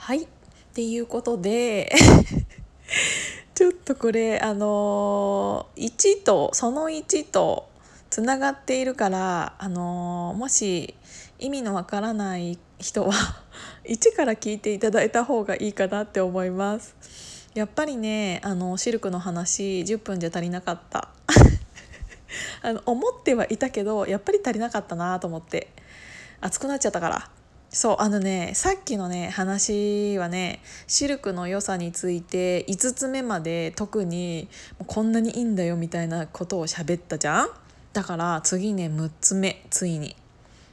はいっていうことでちょっとこれ1とその1とつながっているから、もし意味のわからない人は1から聞いていただいた方がいいかなって思います。やっぱりね、シルクの話10分じゃ足りなかった思ってはいたけどやっぱり足りなかったなと思って、熱くなっちゃったから。そうさっきのね話はね、シルクの良さについて5つ目まで特にこんなにいいんだよみたいなことを喋ったじゃん。だから次ね6つ目、ついに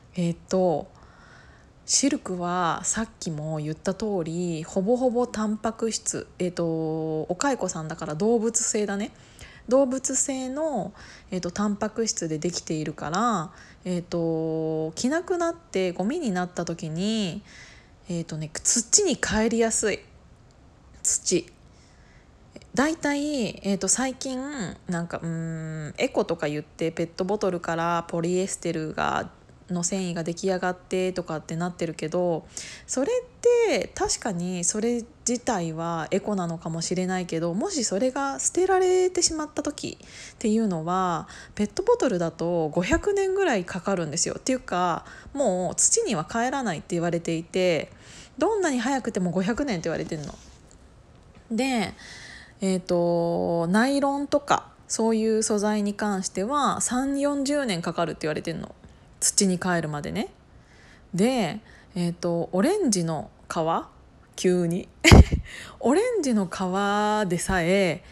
シルクはさっきも言った通りほぼほぼタンパク質、お蚕さんだから動物性だね。動物性の、タンパク質でできているから、着なくなってゴミになった時に、土に帰りやすい。土だいたい、最近なんかエコとか言ってペットボトルからポリエステルの繊維が出来上がってとかってなってるけど、それって確かにそれ自体はエコなのかもしれないけど、もしそれが捨てられてしまった時っていうのはペットボトルだと500年ぐらいかかるんですよ。っていうかもう土には帰らないって言われていて、どんなに早くても500年って言われてるので、ナイロンとかそういう素材に関しては3、40年かかるって言われてるの、土に帰るまでね。で、オレンジの皮、急にオレンジの皮でさえ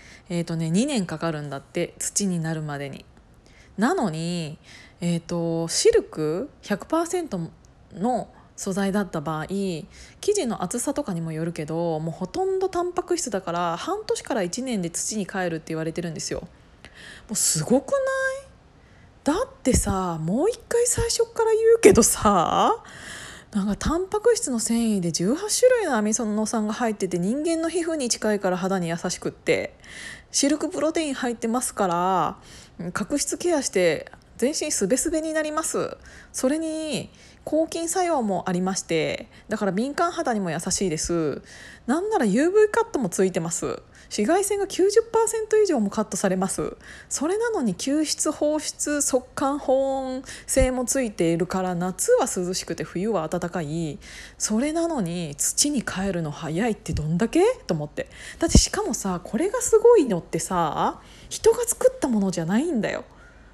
2年かかるんだって、土になるまでに。なのに、シルク100% の素材だった場合、生地の厚さとかにもよるけど、もうほとんどタンパク質だから半年から1年で土に帰るって言われてるんですよ。もうすごくない？だってさ、もう一回最初から言うけどさ、なんかタンパク質の繊維で18種類のアミノ酸が入ってて、人間の皮膚に近いから肌に優しくって、シルクプロテイン入ってますから角質ケアして全身すべすべになります。それに抗菌作用もありまして、だから敏感肌にも優しいです。なんなら UV カットもついてます。紫外線が 90% 以上もカットされます。それなのに吸湿放出速乾保温性もついているから、夏は涼しくて冬は暖かい。それなのに土に帰るの早いってどんだけと思って。だってしかもさ、これがすごいのってさ、人が作ったものじゃないんだよ。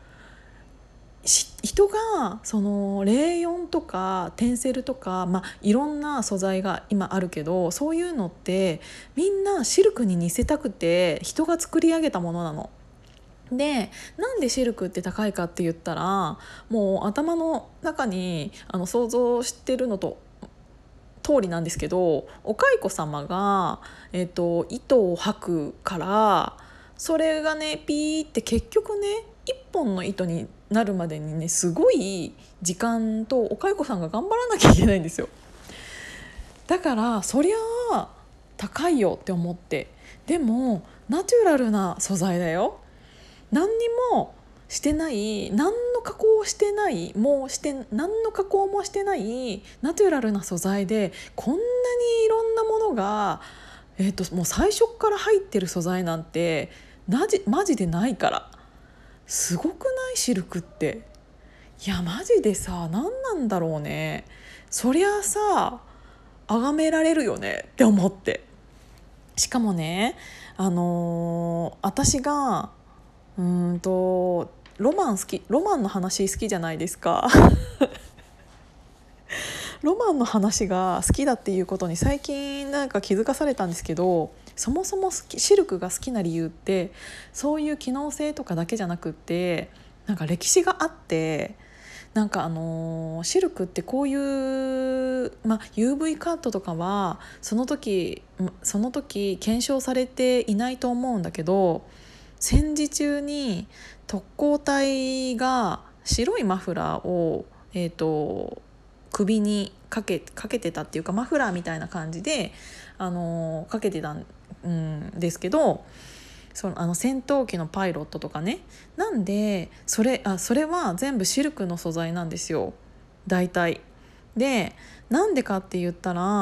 人がそのレーヨンとかテンセルとか、いろんな素材が今あるけど、そういうのってみんなシルクに似せたくて人が作り上げたものなの。で、なんでシルクって高いかって言ったら、もう頭の中に想像してるのと通りなんですけど、お蚕様が、糸を吐くから、それがねピーって結局ね一本の糸になるまでにね、すごい時間とお蚕さんが頑張らなきゃいけないんですよ。だからそりゃあ高いよって思って。でもナチュラルな素材だよ。何にもしてない、何の加工をしてない、何の加工もしてないナチュラルな素材で、こんなにいろんなものが、もう最初から入ってる素材なんてマジでないから。すごくない？シルクって。いやマジでさ、何なんだろうね。そりゃあさ、崇められるよねって思って。しかもね、私がロマン好き、ロマンの話好きじゃないですかロマンの話が好きだっていうことに最近なんか気づかされたんですけど、そもそもシルクが好きな理由ってそういう機能性とかだけじゃなくって、なんか歴史があって、なんかシルクってこういう、UV カットとかはその時検証されていないと思うんだけど、戦時中に特攻隊が白いマフラーを、首にかけてたっていうか、マフラーみたいな感じで、かけてたんですけど、戦闘機のパイロットとかね。なんでそれは全部シルクの素材なんですよ、大体。でなんでかって言ったら、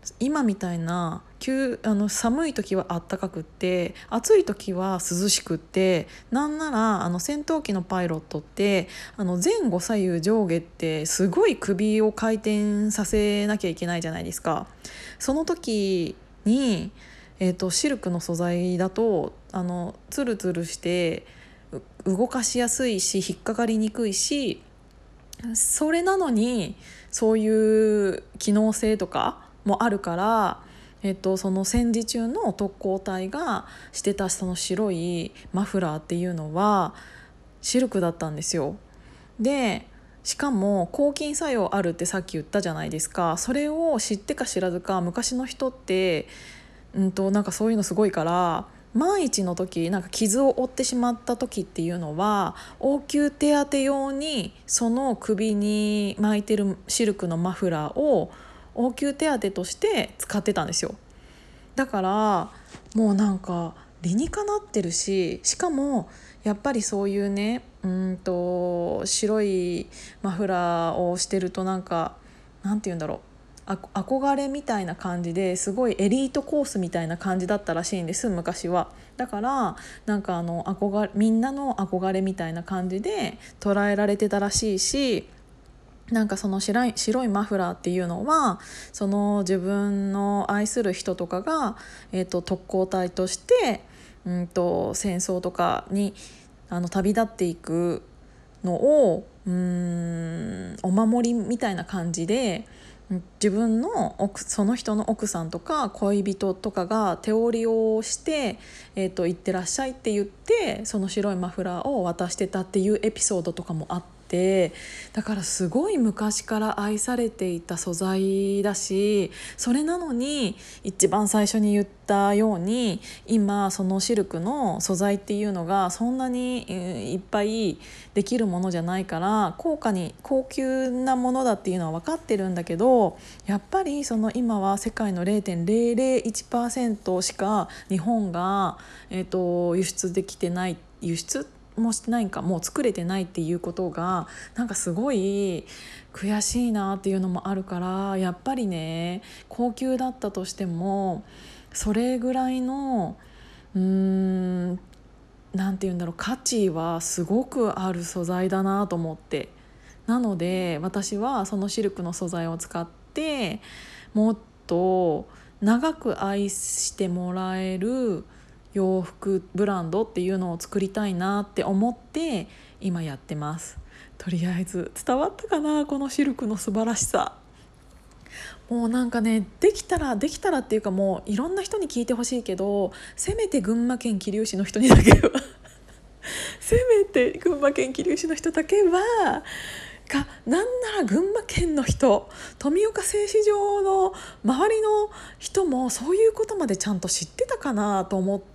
今みたいな寒い時はあったかくって暑い時は涼しくって、なんなら戦闘機のパイロットって前後左右上下ってすごい首を回転させなきゃいけないじゃないですか。その時に、シルクの素材だとツルツルして動かしやすいし引っかかりにくいし、それなのにそういう機能性とかもあるから、その戦時中の特攻隊がしてたその白いマフラーっていうのはシルクだったんですよ。でしかも抗菌作用あるってさっき言ったじゃないですか。それを知ってか知らずか昔の人って、なんかそういうのすごいから、万一の時なんか傷を負ってしまった時っていうのは応急手当用にその首に巻いてるシルクのマフラーを応急手当として使ってたんですよ。だからもうなんか理にかなってるし、しかもやっぱりそういうね白いマフラーをしてるとなんかなんて言うんだろう、憧れみたいな感じですごいエリートコースみたいな感じだったらしいんです昔は。だからなんかみんなの憧れみたいな感じで捉えられてたらしいし、なんかその白いマフラーっていうのはその自分の愛する人とかが、特攻隊として、戦争とかに旅立っていくのをお守りみたいな感じで、自分のその人の奥さんとか恋人とかが手織りをして、行ってらっしゃいって言ってその白いマフラーを渡してたっていうエピソードとかもあって、だからすごい昔から愛されていた素材だし、それなのに一番最初に言ったように今そのシルクの素材っていうのがそんなにいっぱいできるものじゃないから高級なものだっていうのは分かってるんだけど、やっぱりその今は世界の 0.001% しか日本が、輸出できてない、輸出もしてないんかもう作れてないっていうことがなんかすごい悔しいなっていうのもあるから、やっぱりね高級だったとしてもそれぐらいのなんて言うんだろう、価値はすごくある素材だなと思って、なので私はそのシルクの素材を使ってもっと長く愛してもらえる洋服ブランドっていうのを作りたいなって思って今やってます。とりあえず伝わったかな、このシルクの素晴らしさ。もうなんかねできたらっていうかもういろんな人に聞いてほしいけど、せめて群馬県桐生市の人にだけはせめて群馬県桐生市の人だけはなんなら群馬県の人、富岡製糸場の周りの人もそういうことまでちゃんと知ってたかなと思って、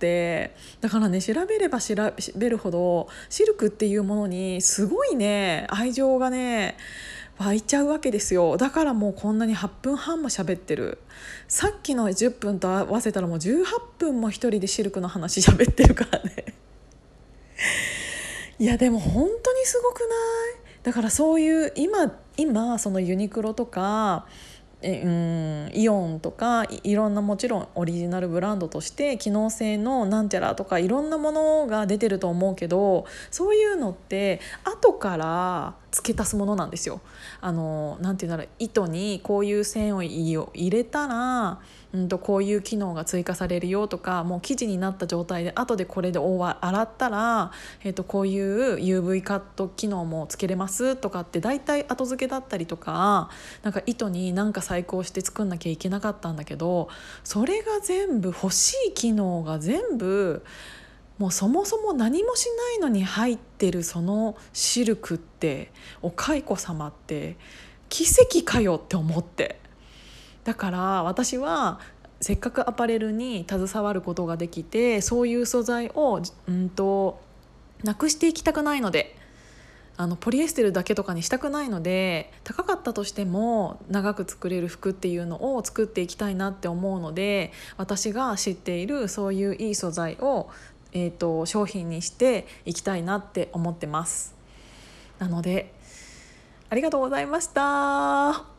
だからね調べれば調べるほどシルクっていうものにすごいね愛情がね湧いちゃうわけですよ。だからもうこんなに8分半も喋ってる。さっきの10分と合わせたらもう18分も一人でシルクの話喋ってるからねいやでも本当にすごくない？だからそういう今そのユニクロとかイオンとかいろんなもちろんオリジナルブランドとして機能性のなんちゃらとかいろんなものが出てると思うけど、そういうのって後から付け足すものなんですよ。なんていうんだろう、糸にこういう繊維を入れたらこういう機能が追加されるよとか、もう生地になった状態で後でこれで洗ったら、こういう UV カット機能もつけれますとかって大体後付けだったりとか、なんか糸に何か細工して作んなきゃいけなかったんだけど、それが全部欲しい機能が全部もうそもそも何もしないのに入ってるそのシルクってお蚕様って奇跡かよって思って、だから私はせっかくアパレルに携わることができてそういう素材をなくしていきたくないので、ポリエステルだけとかにしたくないので、高かったとしても長く作れる服っていうのを作っていきたいなって思うので、私が知っているそういういい素材を、商品にしていきたいなって思ってます。なのでありがとうございました。